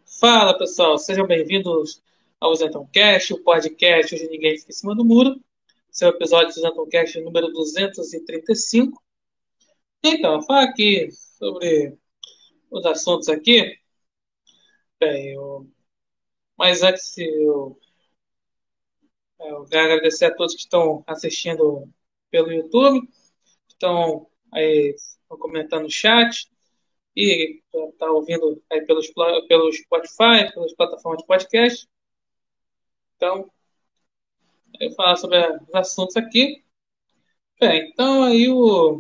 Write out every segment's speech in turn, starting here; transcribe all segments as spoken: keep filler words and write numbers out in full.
Fala pessoal, sejam bem-vindos ao Zentoncast, o podcast onde ninguém fica em cima do muro. Esse é o episódio do Zentoncast número duzentos e trinta e cinco. Então, falar aqui sobre os assuntos aqui. Bem, eu, mas antes eu, eu quero agradecer a todos que estão assistindo pelo YouTube, que estão aí comentando no chat e está ouvindo aí pelos, pelo Spotify, pelas plataformas de podcast. Então, eu vou falar sobre os assuntos aqui. Bem, então aí o.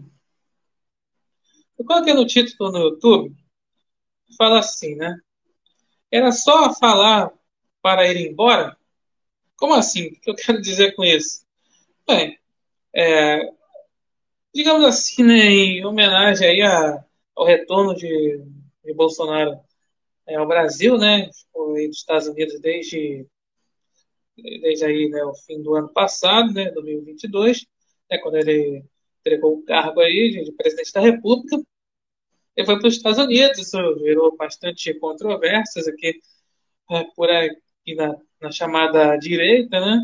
Eu coloquei no título no YouTube, fala assim, né? Era só falar para ir embora? Como assim? O que eu quero dizer com isso? Bem, é, digamos assim, né, em homenagem aí a, ao retorno de, de Bolsonaro é, ao Brasil, né? Foi dos Estados Unidos desde, desde aí, né, o fim do ano passado, né, dois mil e vinte e dois, né, quando ele entregou o cargo aí de, de presidente da República. Ele foi para os Estados Unidos, isso gerou bastante controvérsias aqui é, por aqui na, na chamada direita, né?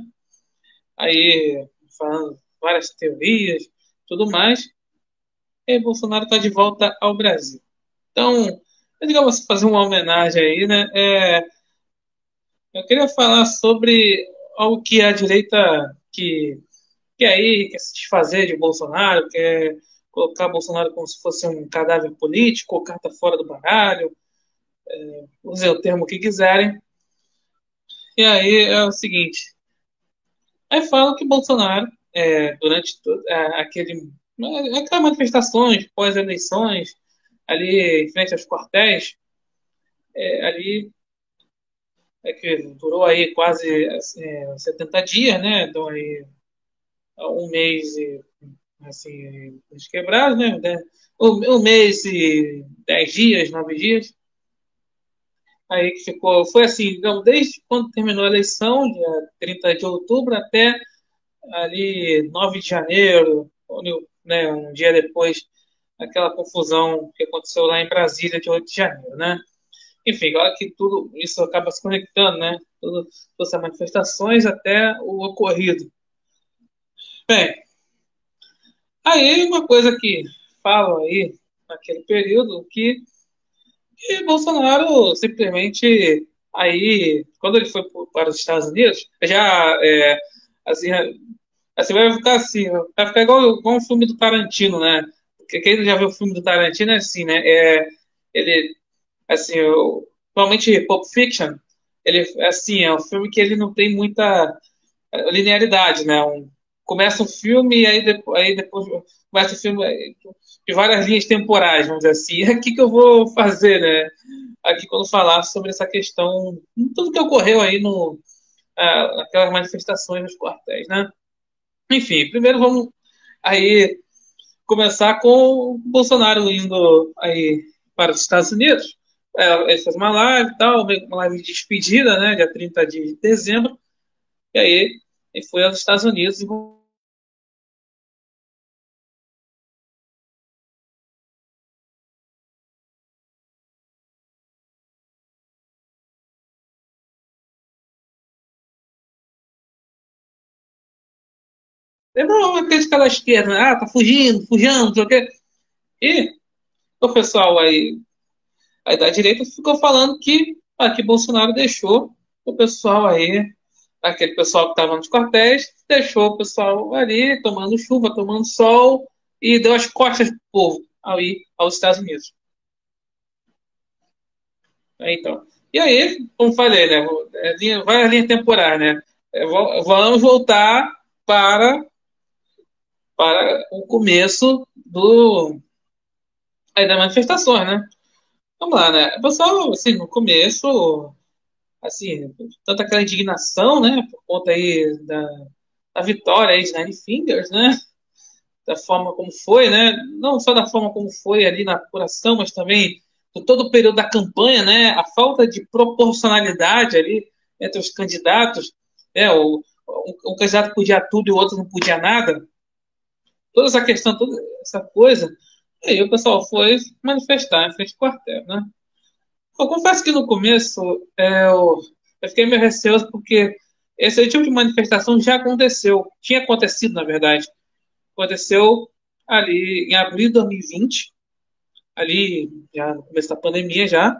Aí falando várias teorias, tudo mais. E Bolsonaro está de volta ao Brasil. Então, digamos fazer uma homenagem aí, né? É, eu queria falar sobre algo que a direita que, que aí quer se desfazer de Bolsonaro, quer colocar Bolsonaro como se fosse um cadáver político, ou carta fora do baralho, usem o termo que quiserem. E aí é o seguinte, aí falam que Bolsonaro, é, durante todo, é, aquele, é, aquelas manifestações pós-eleições, ali em frente aos quartéis, é, ali é que durou aí quase é, setenta dias, né? Então aí um mês e assim, uns quebrados, né? Um, um mês e dez dias, nove dias. Aí que ficou, foi assim, então, desde quando terminou a eleição, dia trinta de outubro, até ali nove de janeiro, né, um dia depois, aquela confusão que aconteceu lá em Brasília, de oito de janeiro, né? Enfim, claro que tudo isso acaba se conectando, né? Tudo, todas as manifestações até o ocorrido. Bem, aí uma coisa que falam aí naquele período que, que Bolsonaro simplesmente aí, quando ele foi para os Estados Unidos, já é, assim, assim, vai ficar assim, vai ficar igual, igual um filme do Tarantino, né? Porque quem já viu o filme do Tarantino é assim, né? É, ele, assim, eu, principalmente Pulp Fiction, ele, assim, é um filme que ele não tem muita linearidade, né? Um, começa um filme e aí depois, aí depois começa o filme de várias linhas temporais, vamos dizer assim. É aqui que eu vou fazer, né? Aqui quando falar sobre essa questão, tudo que ocorreu aí no, ah, naquelas manifestações nos quartéis, né? Enfim, primeiro vamos aí começar com o Bolsonaro indo aí para os Estados Unidos. É, ele fez uma live e tal, uma live de despedida, né, dia trinta de dezembro, e aí ele foi aos Estados Unidos e não, uma crítica da esquerda, né? Ah, tá fugindo, fugindo, não sei o quê. E o pessoal aí, aí da direita ficou falando que, ah, que Bolsonaro deixou o pessoal aí, aquele pessoal que estava nos quartéis, deixou o pessoal ali tomando chuva, tomando sol e deu as costas pro povo aí aos Estados Unidos. Aí, então. E aí, como falei, né? é linha- Vai a linha temporal, né? É, vo- Vamos voltar para, para o começo do, aí, das manifestações, né? Vamos lá, né? O pessoal, assim, no começo, assim, tanta aquela indignação, né? Por conta aí da, da vitória aí de Nine Fingers, né? Da forma como foi, né? Não só da forma como foi ali na apuração, mas também de todo o período da campanha, né? A falta de proporcionalidade ali entre os candidatos, né? O, um, um candidato podia tudo e o outro não podia nada. Toda essa questão, toda essa coisa. Aí o pessoal foi manifestar em frente ao quartel, né? Eu confesso que no começo é, eu, eu fiquei meio receoso porque esse tipo de manifestação já aconteceu. Tinha acontecido, na verdade. Aconteceu ali em abril de dois mil e vinte, ali já no começo da pandemia já.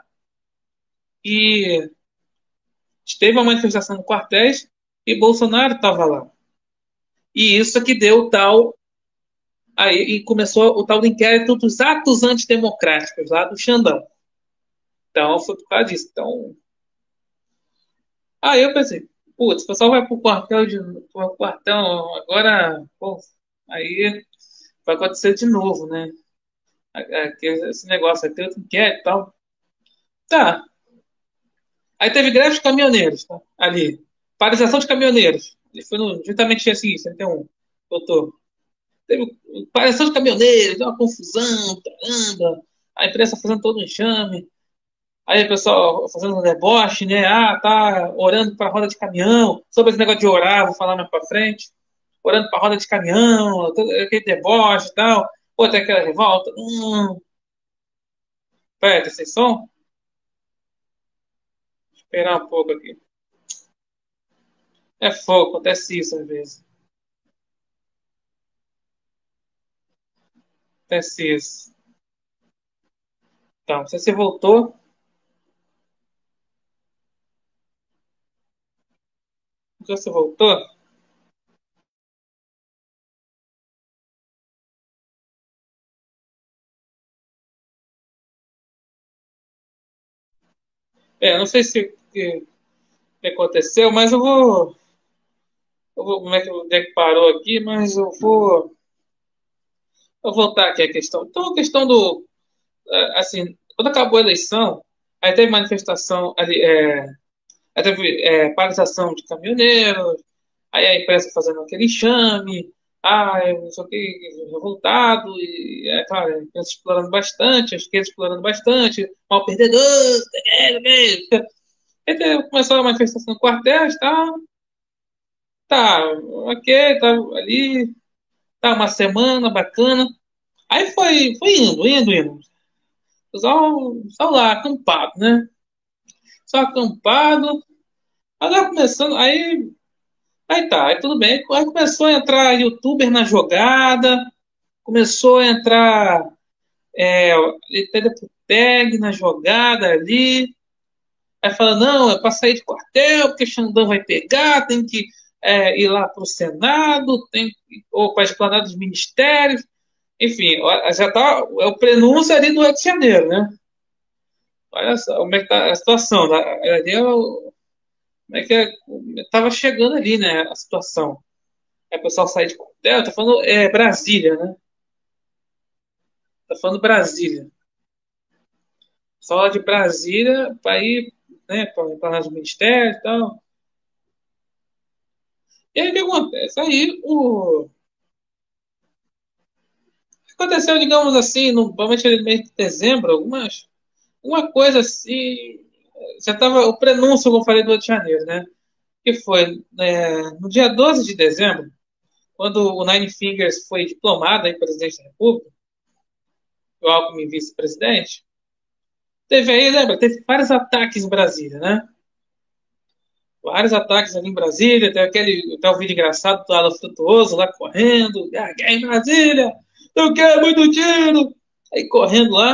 E teve uma manifestação no quartéis e Bolsonaro estava lá. E isso que deu o tal. Aí e começou o tal do inquérito dos atos antidemocráticos lá do Xandão. Então foi por causa disso. Então, aí eu pensei, putz, o pessoal vai pro quartel de pro quartel agora, pô, aí vai acontecer de novo, né? Esse negócio aí, tem outro inquérito e tal. Tá. Aí teve greve de caminhoneiros, tá? Ali. Paralisação de caminhoneiros. Ele foi no, justamente dia seguinte, setenta e um, doutor. Teve paralisação de caminhoneiros, deu uma confusão, caramba. A imprensa fazendo todo um enxame. Aí o pessoal fazendo um deboche, né? Ah, tá orando para roda de caminhão. Sobre esse negócio de orar, vou falar mais para frente. Orando para roda de caminhão, todo aquele deboche e tal. Pô, tem aquela revolta. Hum, pera, tem sem som? Esperar um pouco aqui. É fogo, acontece isso às vezes. Acontece isso. Então, não sei se você voltou. Não sei se você voltou. É, não sei se o que, que aconteceu, mas eu vou. Eu vou como é que, onde é que parou aqui, mas eu vou. Vou voltar aqui à questão. Então, a questão do. É, assim, quando acabou a eleição, aí teve manifestação ali, é, aí teve é, paralisação de caminhoneiros, aí a imprensa fazendo aquele enxame, ah, eu não sei o que, revoltado, e é claro, a imprensa explorando bastante, a esquerda explorando bastante, mal perdedor, é, é, é. Aí teve- começou a manifestação no quartel, tá, tá, ok, tá ali, tá uma semana bacana. Aí foi, foi indo, indo, indo. Só, só lá, acampado, né? Só acampado. Agora começando, aí, aí tá, aí tudo bem. Aí começou a entrar youtuber na jogada, começou a entrar é, tag na jogada ali. Aí fala, não, é para sair de quartel, porque Xandão vai pegar, tem que é, ir lá para o Senado, tem que, ou para a esplanada dos ministérios. Enfim, já tá, é o prenúncio ali do Rio de Janeiro, né? Olha só como é que tá a situação. Né? Ali é o, como é que é, tava chegando ali, né, a situação. Aí o pessoal sai de quartel, tá falando é, Brasília, né? Tá falando Brasília. Só lá de Brasília para ir, né, para os ministérios e tal. E aí o que acontece? Aí o. Aconteceu, digamos assim, no, provavelmente no mês de dezembro, algumas. Uma coisa assim. Já estava o prenúncio, como eu falei, do Rio de Janeiro, né? Que foi é, no dia doze de dezembro, quando o Nine Fingers foi diplomado aí, presidente da República, o Alckmin vice-presidente, teve aí, lembra, teve vários ataques em Brasília, né? Vários ataques ali em Brasília, tem aquele, até o vídeo engraçado do Alan Frutuoso lá correndo, ah, quer em Brasília, eu quero muito tiro, aí correndo lá,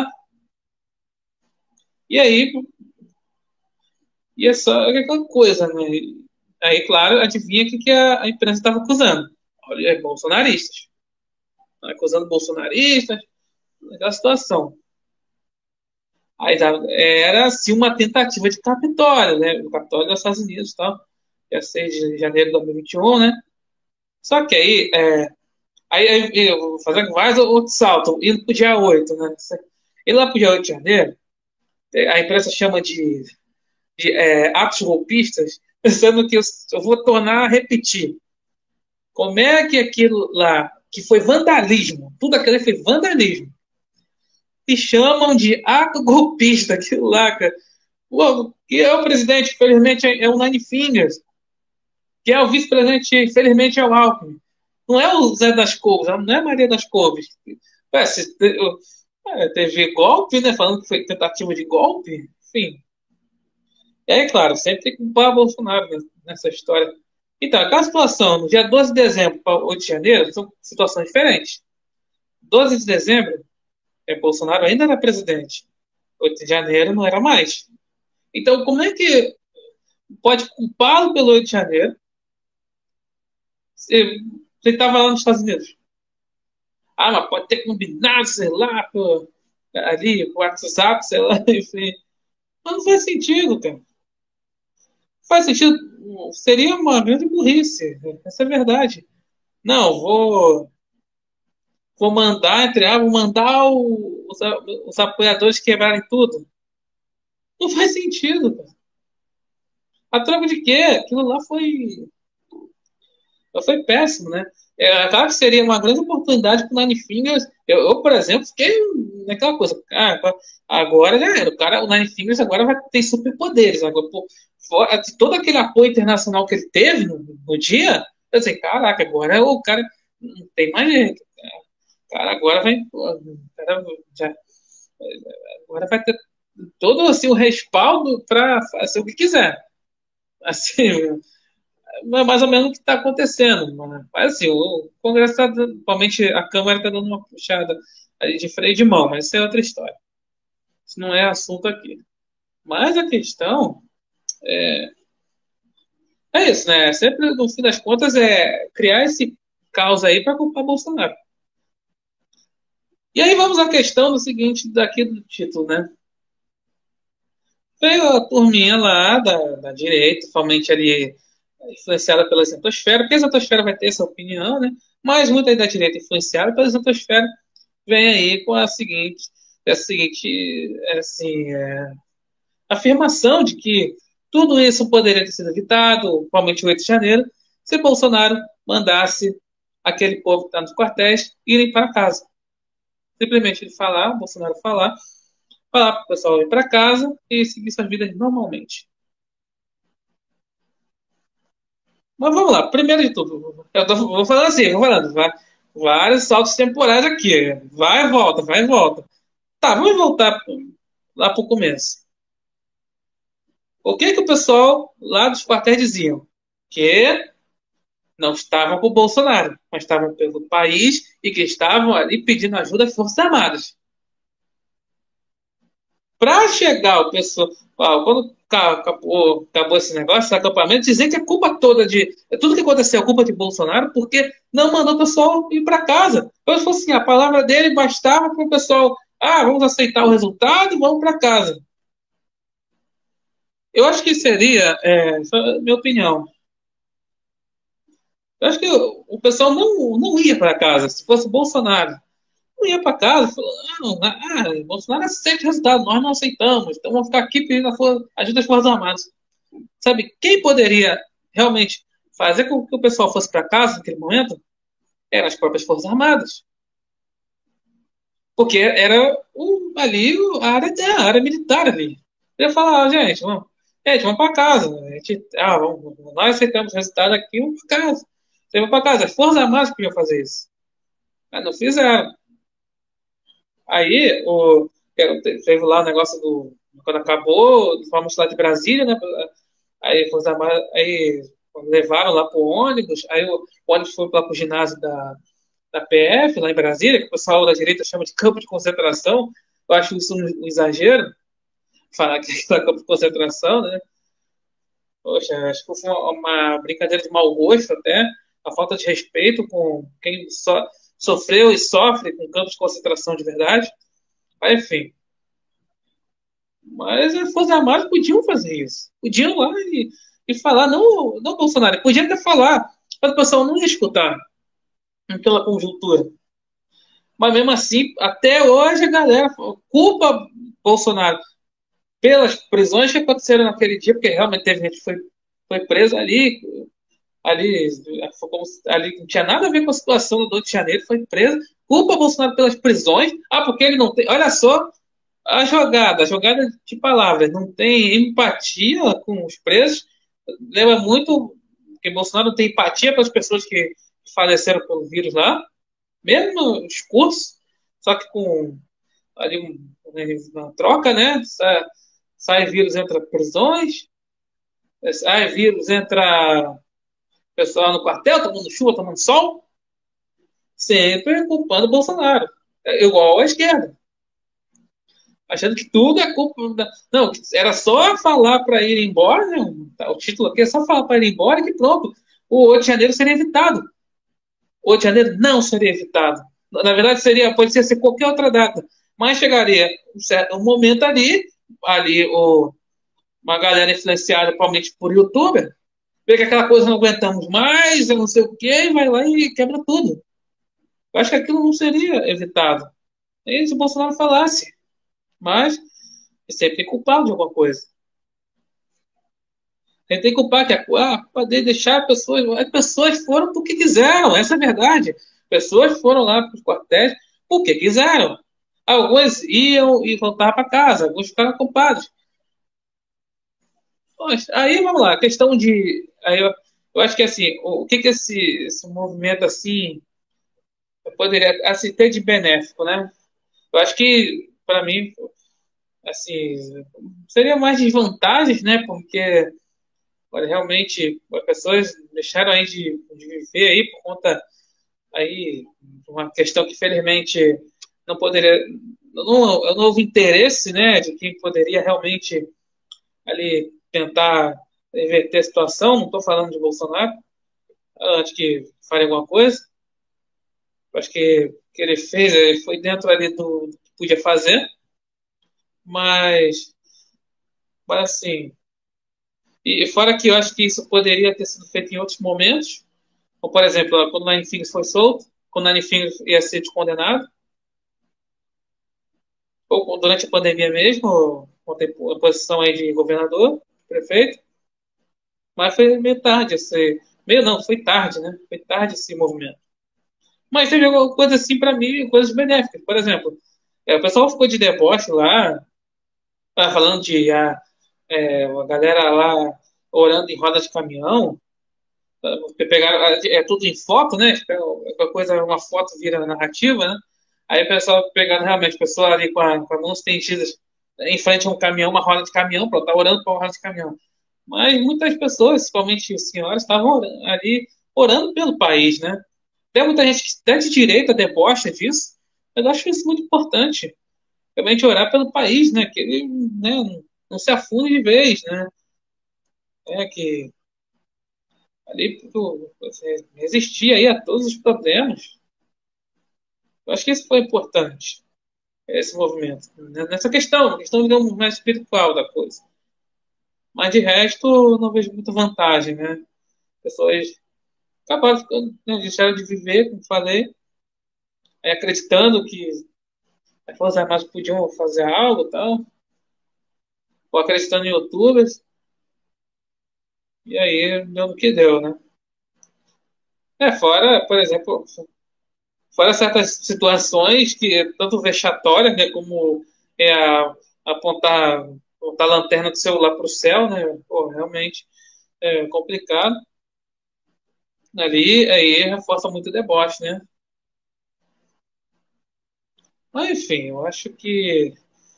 e aí, e é só aquela coisa, né? Aí, claro, adivinha o que, que a, a imprensa estava acusando? Olha, é bolsonaristas. Tá acusando bolsonaristas, aquela situação. Aí era assim uma tentativa de Capitólio, né? O Capitólio dos Estados Unidos e tal. Dia seis de janeiro de dois mil e vinte e um, né? Só que aí, é, aí, aí eu vou fazer mais outro salto, indo pro dia oito, né? E lá pro dia oito de janeiro, a imprensa chama de, de é, atos golpistas, pensando que eu, eu vou tornar a repetir. Como é que aquilo lá, que foi vandalismo, tudo aquilo foi vandalismo, e chamam de ato golpista, aquilo lá, cara. Pô, que é o presidente, infelizmente, é o Nine Fingers, que é o vice-presidente, infelizmente, é o Alckmin. Não é o Zé das Couves, não é a Maria das Couves. É, se, é, teve golpe, né? Falando que foi tentativa de golpe. enfim. E aí, claro, sempre tem que culpar o Bolsonaro nessa história. Então, aquela situação, no dia doze de dezembro para oito de janeiro, são situações diferentes. doze de dezembro, é, Bolsonaro ainda era presidente. oito de janeiro não era mais. Então, como é que pode culpá-lo pelo oito de janeiro se ele estava lá nos Estados Unidos? Ah, mas pode ter combinado, sei lá, por, ali, por WhatsApp, sei lá, enfim. Mas não faz sentido, cara. Faz sentido. Seria uma grande burrice. Essa é a verdade. Não, vou, vou mandar, entre ah, vou mandar o- os, os apoiadores quebrarem tudo. Não faz sentido, cara. A troca de quê? Aquilo lá foi, foi péssimo, né? É claro que seria uma grande oportunidade para o Nine Fingers. Eu, eu, por exemplo, fiquei naquela coisa. Ah, agora já era. O, cara, o Nine Fingers agora vai ter superpoderes. Agora, pô, fora, todo aquele apoio internacional que ele teve no, no dia, eu sei, caraca, agora o cara não tem mais jeito. O cara agora vai. O cara já, agora vai ter todo assim, o respaldo para fazer o que quiser. Assim, é mais ou menos o que está acontecendo. Né? Mas assim, o Congresso está, principalmente a Câmara está dando uma puxada ali de freio de mão, mas isso é outra história. Isso não é assunto aqui. Mas a questão é isso, né? Sempre, no fim das contas, é criar esse caos aí para culpar Bolsonaro. E aí vamos à questão do seguinte, daqui do título, né? Veio a turminha lá da, da direita, somente ali influenciada pela exantosfera, porque a exantosfera vai ter essa opinião, né? Mas muita da direita influenciada pela exantosfera vem aí com a seguinte, a seguinte assim, é, afirmação de que tudo isso poderia ter sido evitado, principalmente o oito de janeiro, se Bolsonaro mandasse aquele povo que está nos quartéis irem para casa. Simplesmente ele falar, Bolsonaro falar, falar para o pessoal ir para casa e seguir suas vidas normalmente. Mas vamos lá, primeiro de tudo, eu tô, vou falando assim, vou falando, vai, vários saltos temporais aqui, vai e volta, vai e volta. Tá, vamos voltar lá para o começo. O que que o pessoal lá dos quartéis diziam? Que não estavam com o Bolsonaro, mas estavam pelo país e que estavam ali pedindo ajuda às Forças Armadas. Para chegar o pessoal, ó, quando acabou, acabou esse negócio, esse acampamento, dizer que a culpa toda de tudo que aconteceu é culpa de Bolsonaro, porque não mandou o pessoal ir para casa. Então, se fosse assim, a palavra dele bastava para o pessoal, ah, vamos aceitar o resultado e vamos para casa. Eu acho que seria, é, é minha opinião, eu acho que o, o pessoal não, não ia para casa. Se fosse Bolsonaro, não ia para casa. Falou, não, ah, Bolsonaro aceita o resultado, nós não aceitamos. Então vamos ficar aqui pedindo a ajuda das Forças Armadas. Sabe, quem poderia realmente fazer com que o pessoal fosse para casa naquele momento eram as próprias Forças Armadas. Porque era o, ali a área, a área militar ali. Eu ia falar, ah, gente, vamos, gente, vamos para casa. A gente, ah, vamos, nós aceitamos o resultado aqui, vamos para casa. Você vai para casa. As Forças Armadas podiam fazer isso. Mas não fizeram. Aí, o, teve lá o negócio do. Quando acabou, fomos lá de Brasília, né? Aí, Forças Armadas, aí levaram lá pro ônibus. Aí o, o ônibus foi lá pro ginásio da, da P F, lá em Brasília, que o pessoal da direita chama de campo de concentração. Eu acho isso um, um exagero, falar que é campo de concentração, né? Poxa, acho que foi uma, uma brincadeira de mau gosto até, a falta de respeito com quem so, sofreu e sofre com campos de concentração de verdade. Mas, enfim. Mas as Forças Armadas podiam fazer isso. Podiam ir lá e, e falar, não, não Bolsonaro, podia até falar, mas o pessoal não ia escutar naquela conjuntura. Mas mesmo assim, até hoje a galera culpa Bolsonaro pelas prisões que aconteceram naquele dia, porque realmente teve gente que foi, foi presa ali, ali, ali não tinha nada a ver com a situação do oito de janeiro, foi preso. Culpa Bolsonaro pelas prisões. Ah, porque ele não tem. Olha só a jogada, a jogada de palavras. Não tem empatia com os presos. Lembra muito que Bolsonaro não tem empatia pelas pessoas que faleceram pelo vírus lá. Mesmo no discurso, só que com ali uma troca, né? sai vírus, entra prisões, sai vírus, entra pessoal no quartel, tomando chuva, tomando sol, sempre culpando o Bolsonaro. É igual à esquerda. Achando que tudo é culpa da... Não, era só falar para ir embora, né? O título aqui é só falar para ir embora que pronto. O oito de janeiro seria evitado. O oito de janeiro não seria evitado. Na verdade, seria, pode ser qualquer outra data. Mas chegaria um certo momento ali, ali o, uma galera influenciada provavelmente por youtuber, vê que aquela coisa não aguentamos mais, eu não sei o quê, e vai lá e quebra tudo. Eu acho que aquilo não seria evitado. Nem se o Bolsonaro falasse. Mas sempre tem culpado de alguma coisa. Ele tem que culpar que a ah, poder deixar pessoas. As pessoas foram porque quiseram, essa é a verdade. Pessoas foram lá para os quartéis porque quiseram. Alguns iam e voltavam para casa, alguns ficaram culpados. Poxa, aí vamos lá, questão de. Aí eu, eu acho que assim, o, o que, que esse, esse movimento assim poderia assim, ter de benéfico, né? Eu acho que, para mim, assim, seria mais desvantagens, né? Porque olha, realmente as pessoas deixaram aí de, de viver aí por conta aí de uma questão que felizmente não poderia, não, não houve interesse, né, de quem poderia realmente ali tentar reverter a situação. Não estou falando de Bolsonaro, antes que fale alguma coisa. Acho que o que ele fez ele foi dentro ali do, do que podia fazer, mas, mas assim, e fora que eu acho que isso poderia ter sido feito em outros momentos. Ou, por exemplo, quando o Nine Fingers foi solto, quando o Nine Fingers ia ser descondenado, ou durante a pandemia mesmo, com a posição aí de governador, prefeito, mas foi meio tarde esse. Meio não, foi tarde, né? Foi tarde esse movimento. Mas teve alguma coisa assim para mim, coisas benéficas. Por exemplo, é, o pessoal ficou de deboche lá, ah, falando de ah, é, a galera lá orando em roda de caminhão. Pegaram, é tudo em foto, né? Qualquer coisa, uma foto vira narrativa, né? Aí o pessoal pegando realmente, o pessoal ali com, a, com as mãos estendidas em frente a um caminhão, uma roda de caminhão, pronto, tá orando para uma roda de caminhão. Mas muitas pessoas, principalmente senhoras, estavam orando, ali orando pelo país, né? Tem muita gente que até de direita debocha disso, mas eu acho isso muito importante. Realmente orar pelo país, né? Que ele né, não se afunde de vez, né? É que ali você resistir aí a todos os problemas. Eu acho que isso foi importante, esse movimento. Nessa questão, questão digamos, mais espiritual da coisa. Mas de resto, eu não vejo muita vantagem, né? Pessoas acabaram ficando, né, deixaram de viver, como falei, aí acreditando que as Forças Armadas podiam fazer algo e tal, ou acreditando em youtubers, e aí deu no que deu, né? É, fora, por exemplo, fora certas situações que tanto vexatórias, né, como é, a- apontar, apontar a lanterna do celular para o céu, né? Pô, realmente é complicado. Ali, aí reforça muito o deboche, né? Mas, enfim, eu acho que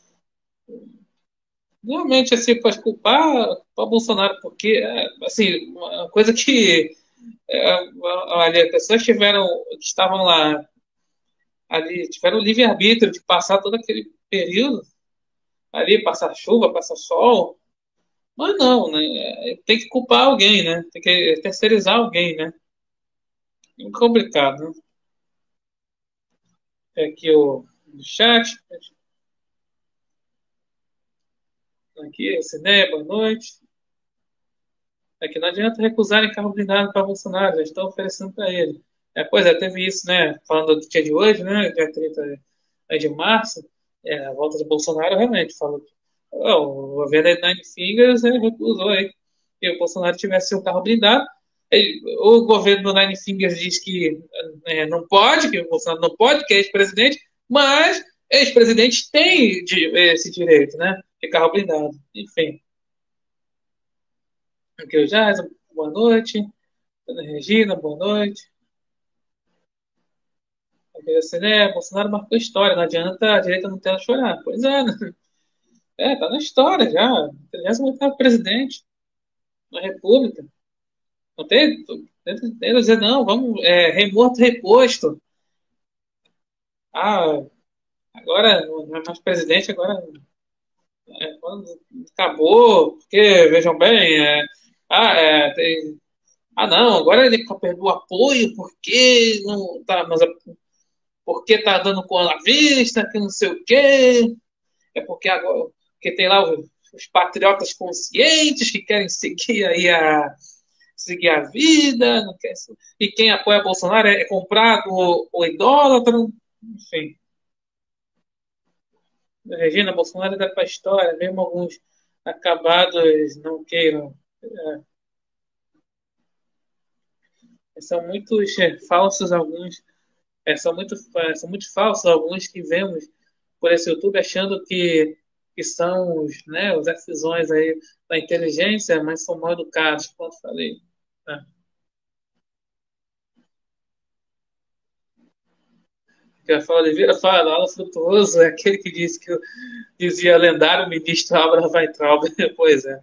realmente assim, pode culpar, culpar Bolsonaro, porque, é, assim, uma coisa que é, olha, pessoas tiveram, que estavam lá, ali, tiveram o livre-arbítrio de passar todo aquele período ali, passar chuva, passar sol. Mas não, né? É, tem que culpar alguém, né? Tem que terceirizar alguém, né? É complicado, né? É aqui o o chat, aqui, essa ideia, boa noite. É que não adianta recusarem carro blindado para Bolsonaro, já estão oferecendo para ele. É, pois é, teve isso, né? Falando do dia de hoje, né? Dia trinta de março, é, a volta de Bolsonaro realmente falou que ó, o governo de Nine Fingers é, recusou aí que o Bolsonaro tivesse seu carro blindado. Ele- o governo do Nine Fingers diz que é, não pode, que o Bolsonaro não pode, que é ex-presidente, mas ex-presidente tem de- esse direito, né? De carro blindado. Enfim, aqui o Jazz, boa noite. Ana Regina, boa noite. Aqui é o Ciné, Bolsonaro marcou história, não adianta a direita não ter a chorar. Pois é, né? É, tá na história já. trigésimo oitavo presidente da República. Não tem, tenta tenta dizer, não, vamos, é, remorto, reposto. Ah, agora não é mais presidente, agora é, quando acabou, porque, vejam bem, é, ah, é, tem- ah, não, agora ele perdeu o apoio, porque não tá, mas é porque tá dando com a vista, que não sei o quê, é porque agora, porque tem lá os, os patriotas conscientes que querem seguir aí a seguir a vida, não quer, e quem apoia Bolsonaro é, é comprado ou, ou idólatra, enfim. Regina Bolsonaro dá para a história, mesmo alguns acabados não queiram. É, são muitos é, falsos alguns, é, são, muito, é, são muito falsos alguns que vemos por esse YouTube achando que, que são os, né, os decisões aí da inteligência, mas são mal educados, como eu falei. Tá? Que a Fala Oliveira fala, Alan Frutuoso é aquele que disse que dizia lendário ministro Abraham Weintraub. Pois é.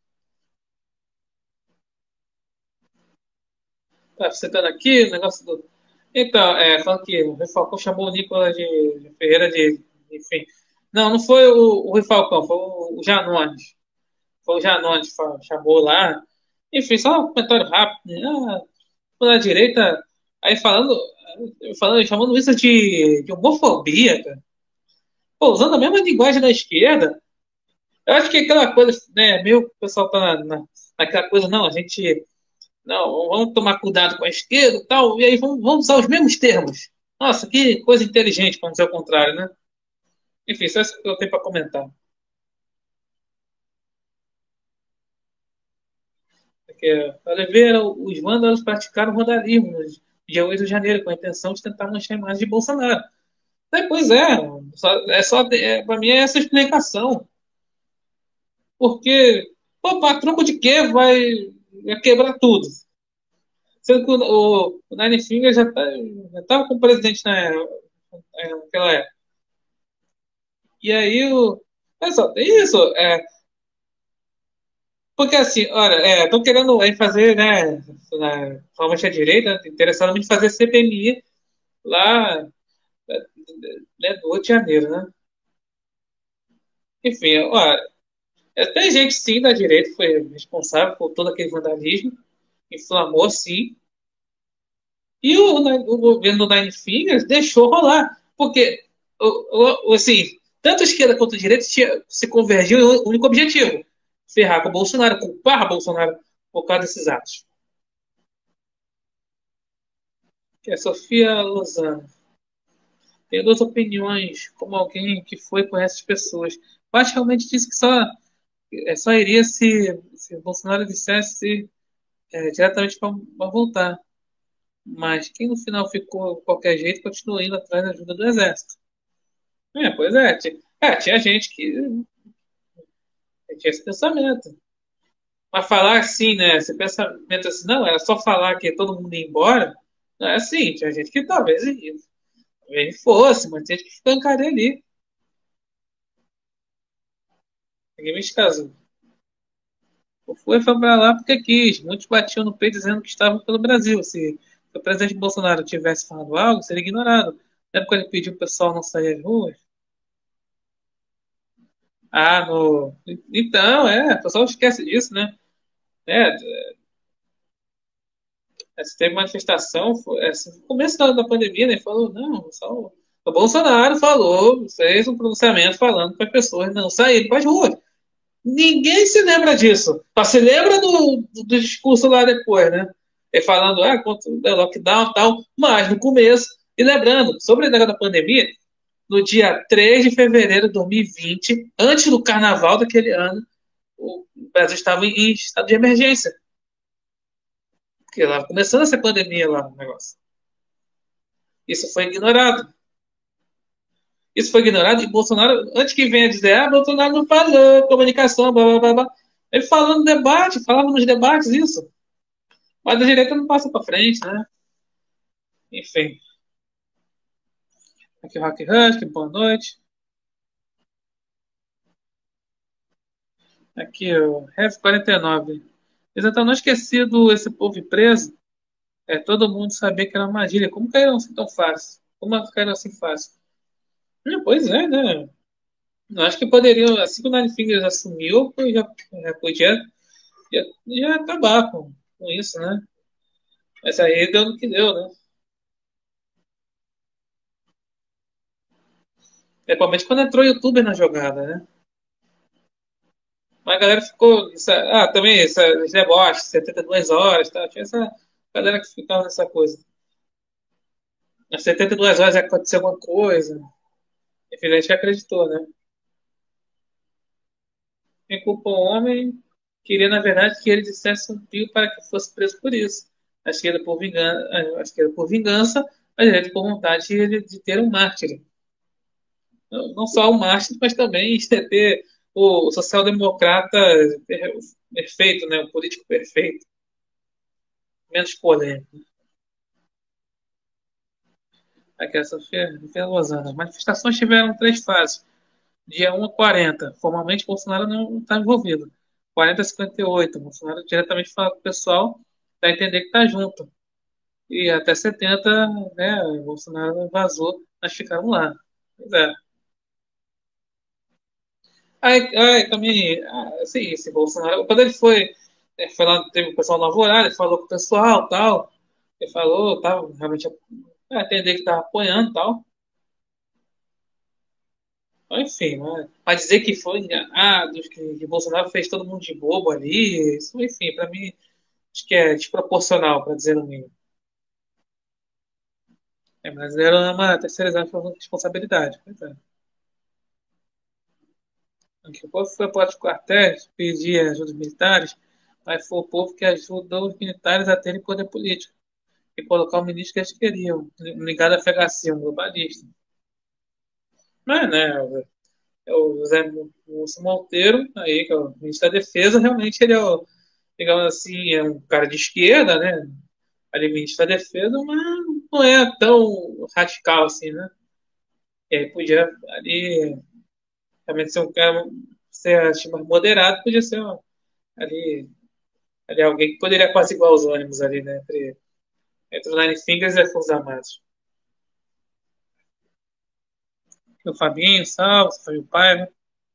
Tá citando aqui o negócio do. Então, é, falando que o Rui Falcão chamou o Nicolas de, de Ferreira de. Enfim. Não, não foi o, o Rui Falcão, foi o, o Janones. Foi o Janones que fa- chamou lá. Enfim, só um comentário rápido. Né? Ah, na direita, aí falando, falando, chamando isso de, de homofobia, cara. Pô, usando a mesma linguagem da esquerda. Eu acho que aquela coisa, né, meio que o pessoal tá na, na, naquela coisa, não, a gente não, vamos tomar cuidado com a esquerda e tal, e aí vamos, vamos usar os mesmos termos. Nossa, que coisa inteligente, para não dizer o contrário, né? Enfim, só isso que eu tenho para comentar. Porque, Oliveira, os vândalos praticaram vandalismo no dia oito de janeiro, com a intenção de tentar manchar a imagem de Bolsonaro. É, pois é, só, é só, é, para mim é essa a explicação. Porque, pô, a troco de quê vai, vai quebrar tudo? Sendo que o, o, o Nine Finger já, tá, já tava com o presidente na, é, naquela época. E aí o. Olha só, tem isso. É, porque assim, olha, estão querendo aí fazer, né, na, principalmente a direita, interessado em fazer C P M I lá, né, do Rio de Janeiro, né? Enfim, olha, é, tem gente sim da direita que foi responsável por todo aquele vandalismo, inflamou sim, e o, o governo do Nine Fingers deixou rolar, porque, o, o, assim, tanto a esquerda quanto a direita tinha, se convergiu em um único objetivo: ferrar com o Bolsonaro, culpar o Bolsonaro por causa desses atos. Que é Sofia Lozano. Tem duas opiniões, como alguém que foi com essas pessoas. Eu acho que realmente disse que só, é, só iria se, se o Bolsonaro dissesse é, diretamente para voltar. Mas quem no final ficou de qualquer jeito continuou indo atrás da ajuda do exército. É, pois é. Tinha, é, tinha gente que tinha esse pensamento. Mas falar assim, né? Esse pensamento assim, não, era só falar que todo mundo ia embora. Não é assim, tinha gente que talvez ia. Talvez fosse, mas tinha gente que ficaria ali. Ninguém me casou. Foi, foi para lá porque quis. Muitos batiam no peito dizendo que estavam pelo Brasil. Se o presidente Bolsonaro tivesse falado algo, seria ignorado. Lembra quando ele pediu o pessoal não sair às ruas? Ah, no. Então, é, o pessoal esquece disso, né? É, se teve manifestação, foi, é, assim, no começo da, da pandemia, né? Falou, não, só o, o Bolsonaro falou, fez um pronunciamento falando para as pessoas não saírem para as ruas. Ninguém se lembra disso. Só se lembra do, do, do discurso lá depois, né? Ele falando, ah, contra o lockdown e tal, mas no começo. E lembrando, sobre a negócio da pandemia, no dia três de fevereiro de dois mil e vinte, antes do carnaval daquele ano, o Brasil estava em estado de emergência. Porque lá começando essa pandemia lá, o negócio. Isso foi ignorado. Isso foi ignorado e Bolsonaro, antes que venha dizer, ah, Bolsonaro não falou, comunicação, blá blá blá blá. Ele falou no debate, falava nos debates isso. Mas a direita não passa para frente, né? Enfim. Aqui o Rock Husk, boa noite. Aqui, o Ref quarenta e nove. Eles então não esquecido esse povo preso. É, todo mundo sabia que era uma armadilha. Como caíram assim tão fácil? Como caíram assim fácil? Hum, pois é, né? Eu acho que poderiam, assim que o Nine Fingers assumiu, pô, já, já podia já, já acabar com, com isso, né? Mas aí deu no que deu, né? Principalmente quando entrou o youtuber na jogada, né? Mas a galera ficou. Isso, ah, também, esse esse deboche, setenta e duas horas, tá? Tinha essa galera que ficava nessa coisa. Nas setenta e duas horas ia acontecer alguma coisa. Enfim, a gente acreditou, né? Quem culpa o homem queria, na verdade, que ele dissesse um pio para que fosse preso por isso. Acho que era por vingança, acho que era por vingança, mas ele por vontade de, de ter um mártir. Não, não só o mártir, mas também ter o social-democrata perfeito, né? O político perfeito, menos polêmico. Aqui, essa foi a Losana. As manifestações tiveram três fases. Dia um a quarenta. Formalmente, Bolsonaro não está envolvido. quarenta a cinquenta e oito. Bolsonaro diretamente fala com o pessoal para entender que está junto. E até setenta, né, Bolsonaro vazou, mas ficaram lá. Pois é. Aí, aí também, ah, assim, esse Bolsonaro, quando ele foi, né, foi lá, teve o pessoal na Alvorada, ele falou com o pessoal tal. Ele falou, tal, realmente, é, entender que estava apoiando tal. Enfim, mas, mas dizer que foi enganado, que, que Bolsonaro fez todo mundo de bobo ali, isso, enfim, para mim, acho que é desproporcional, para dizer o mínimo. É, brasileiro ama terceirizar a responsabilidade. Pois é. O povo foi para os quartéis pedir ajuda aos militares, mas foi o povo que ajudou os militares a terem poder político e colocar o ministro que eles queriam, ligado à F H C, um globalista. Mas, né, é o José Múcio Monteiro, aí, que é o ministro da Defesa, realmente ele é o, digamos assim, é um cara de esquerda, né? Ali, ministro da Defesa, mas não é tão radical assim, né? E aí podia ali realmente ser um cara ser acho, mais moderado, podia ser ó, ali, ali alguém que poderia apaziguar os ânimos ali, né? Entre, entre o Nine Fingers e a Força Armadas. O Fabinho, Salvo, Fabinho Paiva,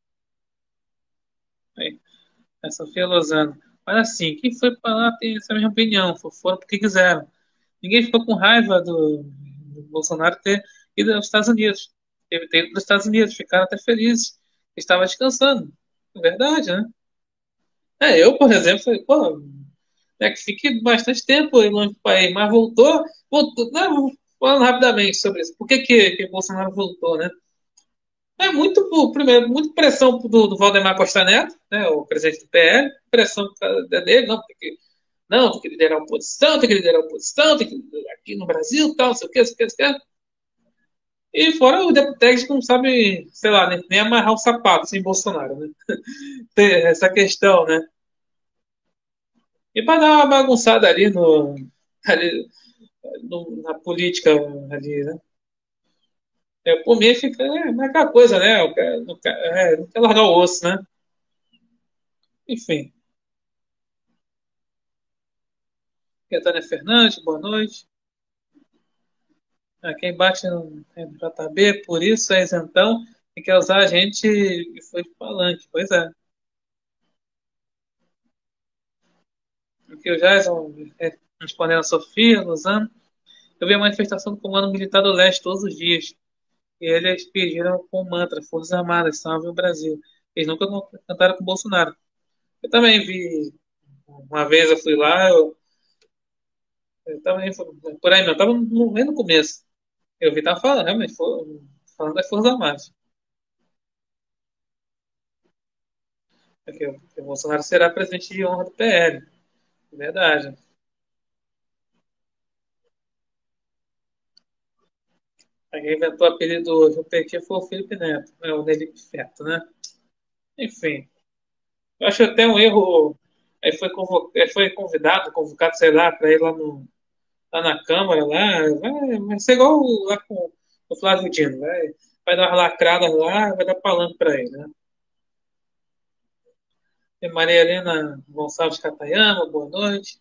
aí, a Sofia Lozano. Mas assim, quem foi para lá tem essa mesma opinião, foram porque quiseram. Ninguém ficou com raiva do, do Bolsonaro ter ido aos Estados Unidos. Teve ter ido para os Estados Unidos, ficaram até felizes. Estava descansando. É verdade, né? É, eu, por exemplo, falei, pô, é que fique bastante tempo aí longe do país, mas voltou, voltou, não, falando rapidamente sobre isso. Por que que, que Bolsonaro voltou, né? É muito, por- primeiro, muito pressão do, do Valdemar Costa Neto, né, o presidente do P L, pressão dele, não, tem que, não, tem que liderar a oposição, tem que liderar a oposição, tem que liderar aqui no Brasil, tal, não sei o quê, não sei o quê, não sei o quê. E fora o deputado que não sabe, sei lá, nem, nem amarrar o sapato sem Bolsonaro, né? Tem essa questão, né? E para dar uma bagunçada ali no, ali no- na política ali, né? É, por mim fica é, mas aquela coisa, né? O cara, não, quer, é, não quer largar o osso, né? Enfim. Aqui é a Tânia Fernandes, boa noite. Ah, quem bate no, é no J B, por isso é isentão, e quer usar a gente que foi de falante. Pois é. Aqui o Jason é, respondendo a Sofia, Luzano. Eu vi a manifestação do Comando Militar do Leste todos os dias. E eles pediram com mantra, Forças Armadas, salve o Brasil. Eles nunca cantaram com o Bolsonaro. Eu também vi, uma vez eu fui lá, eu, eu também fui, por aí mesmo, eu tava no, bem no começo. Eu vi, tava falando, realmente, foi, falando das Forças Armadas. Porque o, o Bolsonaro será presidente de honra do P L. É verdade. Aí quem inventou o apelido do P T foi o Felipe Neto, né, o Nelipe Feto, né? Enfim, eu acho até um erro. Aí foi, convo, aí foi convidado, convocado, sei lá, para ir lá no, lá na Câmara, lá, vai, vai ser igual lá com o Flávio Dino, vai, vai dar uma lacrada lá, vai dar palanque para ele, né? Tem Maria Helena Gonçalves Catayama, boa noite.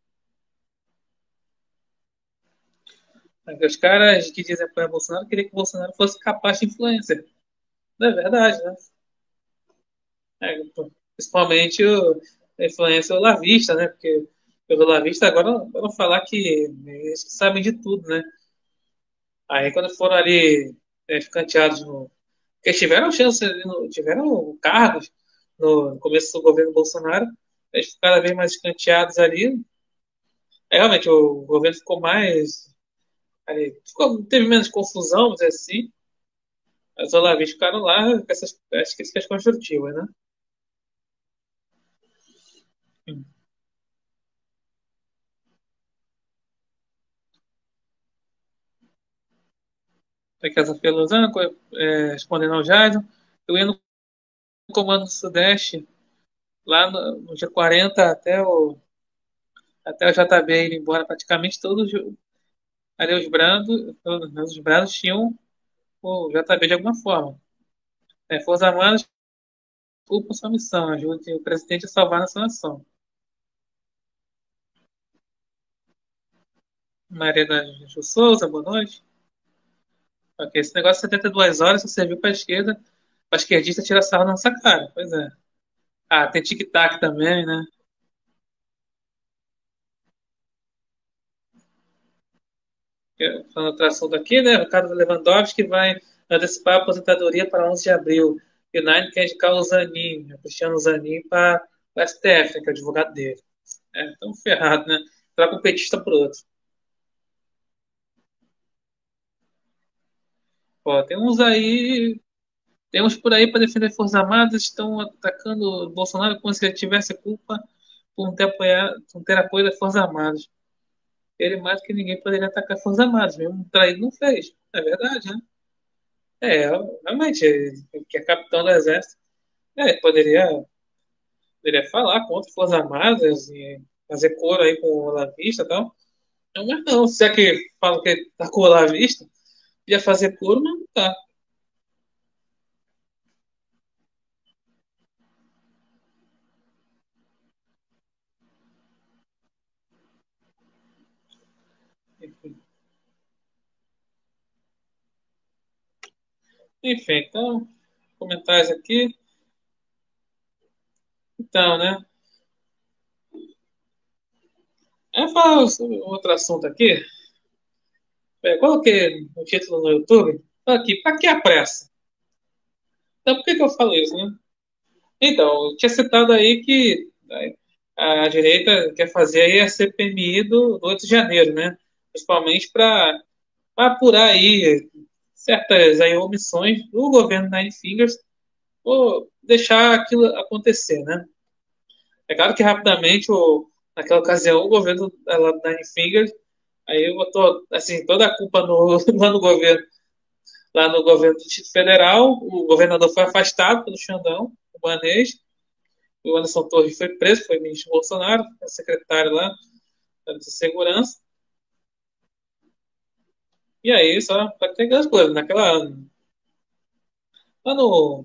Os caras que dizem apoiar Bolsonaro queriam que o Bolsonaro fosse capaz de influencer. Não é verdade, né? É, principalmente o a influência olavista, né? Porque os olavistas agora vão falar que eles sabem de tudo, né? Aí quando foram ali é, escanteados no. Porque tiveram chance, ali no- tiveram cargos no começo do governo Bolsonaro, eles ficaram cada vez mais escanteados ali. Aí, realmente o governo ficou mais. Ali, ficou, teve menos confusão, vamos dizer assim. Os olavistas ficaram lá com essas, essas críticas construtivas, né? Foi Casa Pelosana, é, respondendo ao Jason. Eu ia no Comando do Sudeste, lá no, no dia quarenta até o, até o J B ir embora, praticamente todos ali os brandos, os brandos tinham o J B de alguma forma. É, Forças Armadas, cumpram sua missão, ajude o presidente a salvar a nossa nação. Maria da Ju Souza, boa noite. Ok, esse negócio de setenta e duas horas só serviu para a esquerda, para a esquerdista tirar sarro na nossa cara. Pois é. Ah, tem tic-tac também, né? Falando outro assunto aqui, né? O Ricardo Lewandowski vai antecipar a aposentadoria para onze de abril. E o Nine quer indicar o Zanin, o Cristiano Zanin, para o S T F, né, que é o advogado dele. É, tão ferrado, né? Troca um petista por outro. Ó, tem uns aí, tem uns por aí para defender Forças Armadas, estão atacando o Bolsonaro como se ele tivesse culpa por não ter, apoiado, por não ter apoio das Forças Armadas. Ele, mais que ninguém, poderia atacar as Forças Armadas, mesmo um traído não fez. É verdade, né? É, realmente, ele, que é capitão do Exército, é, poderia, poderia falar contra as Forças Armadas e fazer coro aí com o Olavista e tal. Não, mas não, se é que fala que tá com o Olavista, ia fazer coro, mas não tá. Enfim, Enfim, então, comentários aqui. Então, né? Eu falo sobre outro assunto aqui. É, coloquei o título no YouTube. Tô aqui, pra que a pressa? Então, por que que eu falo isso, né? Então, eu tinha citado aí que né, a direita quer fazer aí a C P M I do, do oito de janeiro, né? Principalmente para apurar aí certas aí omissões do governo Nine Fingers ou deixar aquilo acontecer, né? É claro que rapidamente, o, naquela ocasião, o governo da Nine Fingers aí botou assim, toda a culpa no, lá no governo, lá no governo do Distrito Federal, o governador foi afastado pelo Xandão, o Banês, o Anderson Torres foi preso, foi ministro Bolsonaro, secretário lá de segurança. E aí, só para ter aquelas coisas, naquela. Lá no.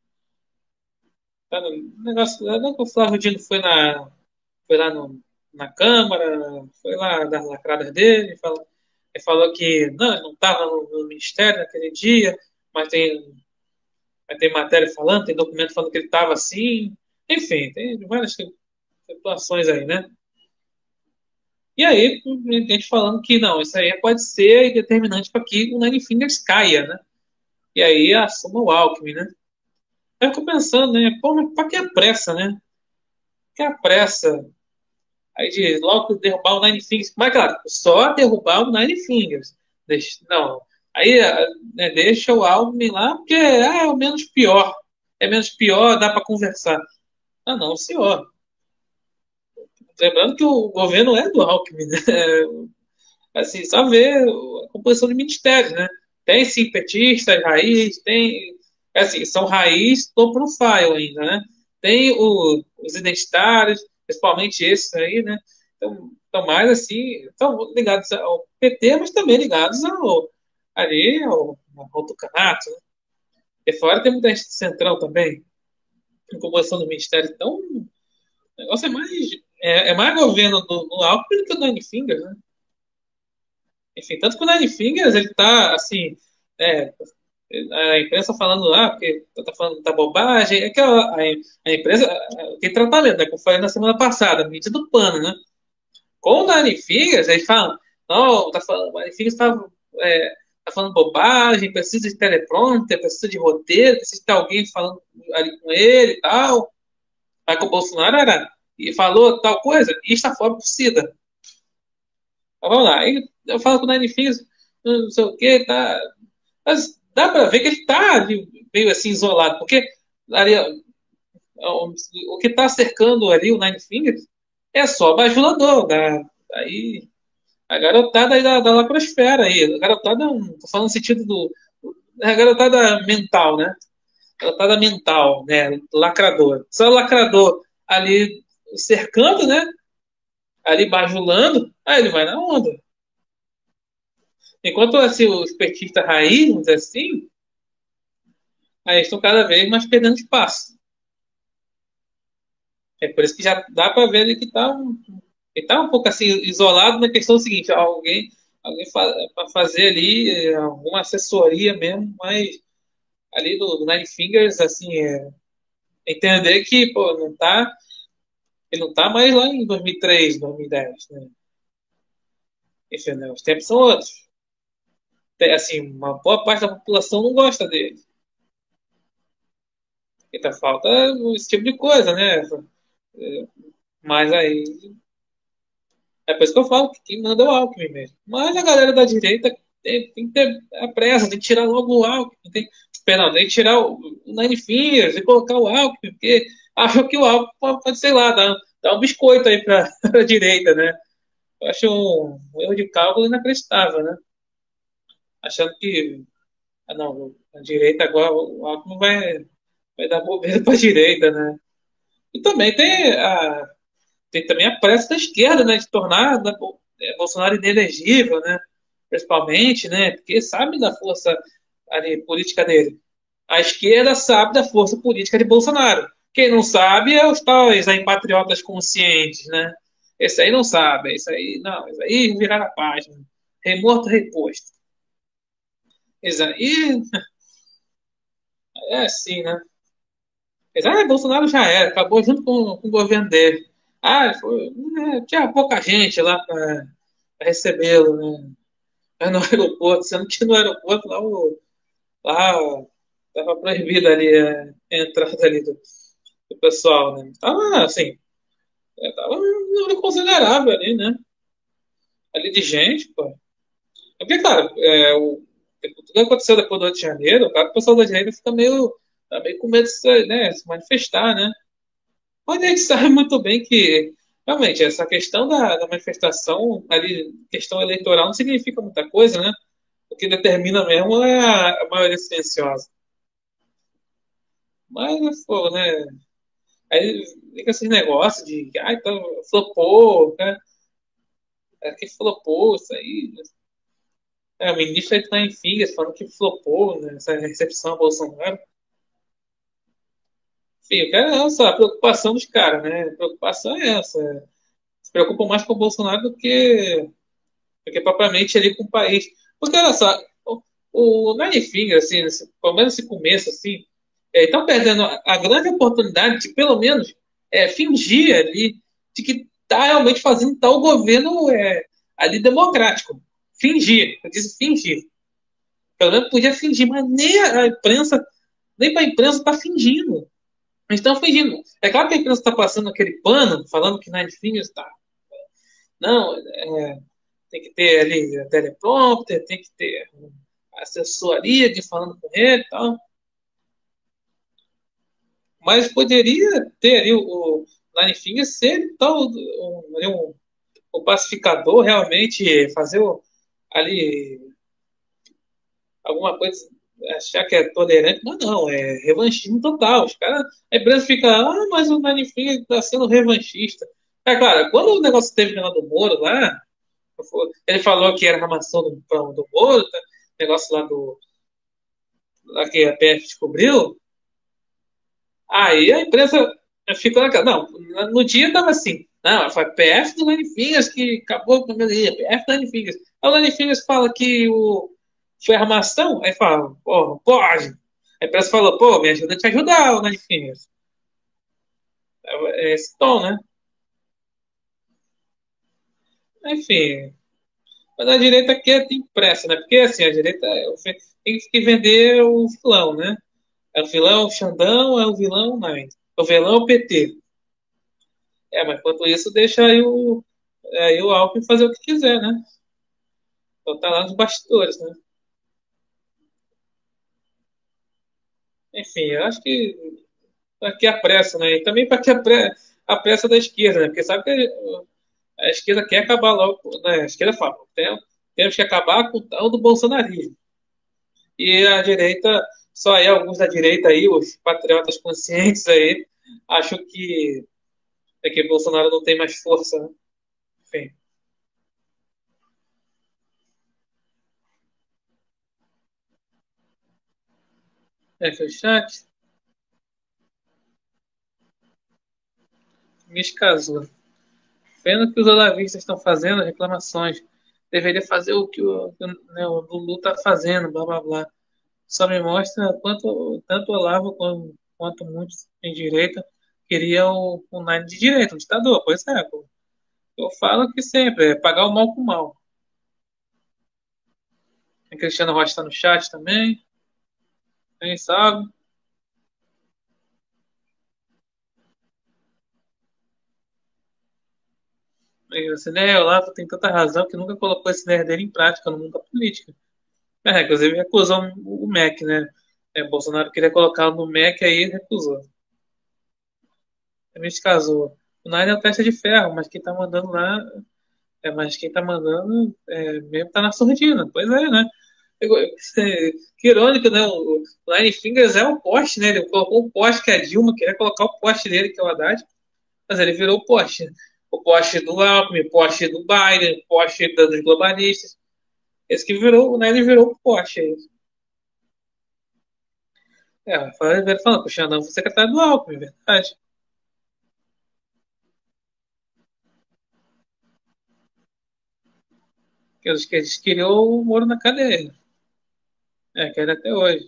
Lá no negócio. Lá no, o Flávio Dino foi, na, foi lá no, na Câmara, foi lá das lacradas dele, falou, ele falou que não, ele não estava no, no Ministério naquele dia, mas tem, mas tem matéria falando, tem documento falando que ele estava assim. Enfim, tem várias situações aí, né? E aí, tem gente falando que não, isso aí pode ser determinante para que o Nine Fingers caia, né? E aí assuma o Alckmin, né? Aí eu fico pensando, né? Pô, mas pra que a pressa, né? Que a pressa? Aí de logo derrubar o Nine Fingers. Mas claro, só derrubar o Nine Fingers. Deixa, não. Aí né, deixa o Alckmin lá, porque ah, é o menos pior. É menos pior, dá para conversar. Ah, não, senhor. Lembrando que o governo é do Alckmin, né? Assim, só ver a composição do ministério, né? Tem sim petistas, raiz, tem. Assim, são raiz low profile ainda, né? Tem o, os identitários, principalmente esses aí, né? Então, estão mais assim, estão ligados ao P T, mas também ligados ao, ali ao, ao Tucanato, né? E fora tem muita gente do Centrão também. a composição do ministério. Então, o negócio é mais, é, é mais governo do, do Alckmin do que do Nine Fingers, né? Enfim, tanto que o Nine Fingers, ele tá, assim, é, a imprensa falando lá, porque tá falando da bobagem, é que a, a, a empresa tem tratamento, né? Como eu falei na semana passada, mídia do pano, né? Com o Nine Fingers, eles falam, não, tá falando, o Nine Fingers tá, é, tá falando bobagem, precisa de teleprompter, precisa de roteiro, precisa de ter alguém falando ali com ele e tal. Aí com o Bolsonaro era, e falou tal coisa, e está fora por SIDA. Mas vamos lá, aí eu falo com o Nine Fingers, não sei o que, tá. Mas dá pra ver que ele tá ali, meio assim isolado, porque ali, o que tá cercando ali o Nine Fingers é só bajulador, né? Aí a garotada aí da, da lacrosfera aí, a garotada, tô falando no sentido do, a garotada mental, né? Garotada mental, né? Lacrador. Só o lacrador ali cercando, né? Ali bajulando, aí ele vai na onda. Enquanto assim, os petistas raiz, vamos dizer assim, aí estão cada vez mais perdendo espaço. É por isso que já dá para ver ali que tá, um- ele tá um pouco assim isolado na questão seguinte, alguém, alguém para fazer ali é, alguma assessoria mesmo, mas ali do, do Nine Fingers, assim, é, entender que pô, não tá, ele não tá mais lá em dois mil e três, dois mil e dez, né? Enfim, né, os tempos são outros. Tem, assim, uma boa parte da população não gosta dele. Então falta esse tipo de coisa, né? Mas aí é por isso que eu falo que quem manda é o Alckmin mesmo. Mas a galera da direita tem, tem que ter a pressa, tem que tirar logo o Alckmin. Tem, perdão, tem que tirar o, o Nine Fingers e colocar o Alckmin, porque acham que o Alckmin pode, pode sei lá, dar, dar um biscoito aí para a direita, né? Eu acho um, um erro de cálculo inacreditável, né? Achando que, ah, não, a direita agora, o Alckmin vai, vai dar bobeira para a direita, né? E também tem a, tem também a pressa da esquerda, né, de tornar né, Bolsonaro inelegível, né, principalmente, né, porque sabe da força ali, política dele. A esquerda sabe da força política de Bolsonaro. Quem não sabe é os tais aí, patriotas conscientes, né? Esse aí não sabe, esse aí não, esse aí virar a página. Rei morto, rei posto. Esse aí é assim, né? Esse aí, Bolsonaro já era, acabou junto com, com o governo dele. Ah, foi, é, tinha pouca gente lá para recebê-lo, né? No aeroporto, sendo que no aeroporto lá, o, lá tava proibida ali a, a entrada ali do, do pessoal, né? Tava assim, é, tava um número considerável ali, né? Ali de gente, pô. É porque, cara, é, o, tudo que aconteceu depois do Rio de Janeiro, claro que o pessoal da direita fica meio, tá meio com medo de se, né, se manifestar, né? Mas a gente sabe muito bem que, realmente, essa questão da, da manifestação ali, questão eleitoral, não significa muita coisa, né? O que determina mesmo é a, a maioria silenciosa. Mas é fogo, né? Aí fica esses negócios de, ai, então, flopou, né? É que flopou isso aí. É, o ministro aí tá em figas falando que flopou, né? Essa recepção a Bolsonaro. Enfim, eu quero essa a preocupação dos caras, né? A preocupação é essa. Se preocupam mais com o Bolsonaro do que, do que propriamente ali com o país. Porque, olha só, o, o Nine Fingers, assim, nesse- pelo menos esse começo, assim, estão perdendo a, a grande oportunidade de, pelo menos, é, fingir ali de que está realmente fazendo tal governo é, ali democrático. Fingir, eu disse fingir. Pelo menos podia fingir, mas nem a imprensa, nem para a imprensa está fingindo. Eles estão fingindo. É claro que a imprensa está passando aquele pano, falando que Nine Fingers está. Não, é, tem que ter ali teleprompter, tem que ter assessoria de falando com ele e tal. Mas poderia ter ali o, o Nine Fingers ser então um, um, um pacificador, realmente fazer o, ali alguma coisa, achar que é tolerante, mas não, é revanchismo total. Os caras, a empresa fica, ah, mas o Nine Fingers está sendo revanchista. É claro, quando o negócio teve lá do Moro lá, ele falou que era armação do, do Moro, tá? Negócio lá do lá que a P F descobriu. Aí a empresa ficou naquela. Não, no dia tava assim. Não, foi P F do Nine Fingers que acabou com a minha P F do Nine Fingers. Aí o Nine Fingers fala que o, foi armação, aí fala, pô, pode. A empresa falou, pô, me ajuda a te ajudar, o Nine Fingers. É esse tom, né? Enfim, mas a direita quer tem pressa, né? Porque assim, a direita tem que vender o vilão, né? É o vilão o Xandão, é o vilão Nine. O vilão é o P T. É, mas enquanto isso, deixa aí o, aí o Alckmin fazer o que quiser, né? Então tá lá nos bastidores, né? Enfim, eu acho que aqui a pressa, né? E também para que a, pre, a pressa da esquerda, né? Porque sabe que a esquerda quer acabar logo, né? A esquerda fala, tem, temos que acabar com o tal do bolsonarismo. E a direita, só aí alguns da direita aí, os patriotas conscientes aí, acham que é que Bolsonaro não tem mais força, né? Enfim, é que o chat me escasou. Vendo que os olavistas estão fazendo reclamações, deveria fazer o que o, né, o Lulu está fazendo, blá blá blá. Só me mostra quanto tanto o Olavo quanto, quanto muitos em direita queriam o, o Nine de direita, um ditador. Pois é, pô. Eu falo que sempre é pagar o mal com o mal. A Cristiano Rocha está no chat também, quem sabe. E você, né, o Olavo tem tanta razão que nunca colocou esse ideia dele em prática no mundo da política. É, inclusive recusou o M E C, né? É, Bolsonaro queria colocá-lo no M E C, aí ele recusou. Também se casou. O Nine é o testa de ferro, mas quem tá mandando lá. É, mas quem tá mandando é, mesmo tá na surdina. Pois é, né? Que irônico, né? O Nine Fingers é o poste, né? Ele colocou o poste que é a Dilma, queria colocar o poste dele, que é o Haddad, mas ele virou o poste. O poste do Alckmin, o poste do Biden, o poste dos globalistas. Esse que virou, o Nine virou o poste aí. É, ele falando, puxa, não, você secretário do Alckmin, verdade. Que eles, que eles queriam o Moro na cadeia. É, querem até hoje.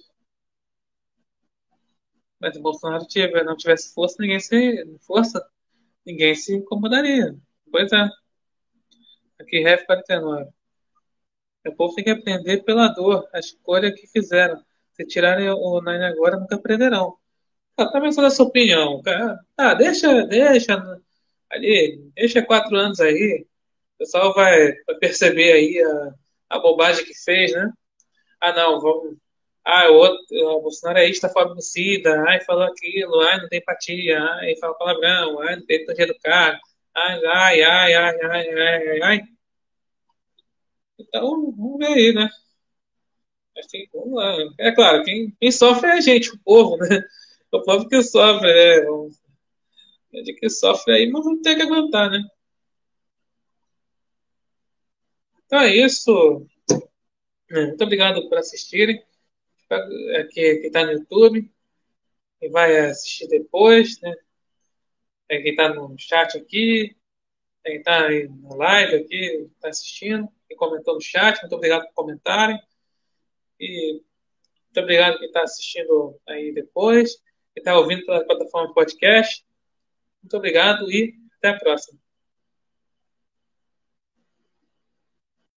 Mas se o Bolsonaro tiver, não tivesse força, ninguém se. Força, ninguém se incomodaria. Pois é. Aqui, Ref quarenta e nove. O povo tem que aprender pela dor, a escolha que fizeram. Se tirarem o Nine agora, nunca aprenderão. Ah, também sou da sua opinião, cara. Ah, deixa, deixa ali, deixa quatro anos aí. O pessoal vai, vai perceber aí a, a bobagem que fez, né? Ah, não, vamos. Ah, o outro, o Bolsonaro é estafobicida, ai, falou aquilo, ai, não tem empatia, ai, fala palavrão, ai, não tem tanto educado, ai, ai, ai, ai, ai, ai, ai, ai. Então, vamos ver aí, né? Assim, vamos lá. É claro, quem, quem sofre é a gente, o povo, né? O povo que sofre, né? É de que sofre aí, mas vamos ter que aguentar, né? Então é isso. Muito obrigado por assistirem. É, que, que tá no YouTube e vai assistir depois, né? É, quem tá no chat aqui, quem tá aí na live aqui, tá assistindo, quem comentou no chat, muito obrigado por comentarem. E muito obrigado quem está assistindo aí depois, quem está ouvindo pela plataforma podcast. Muito obrigado e até a próxima.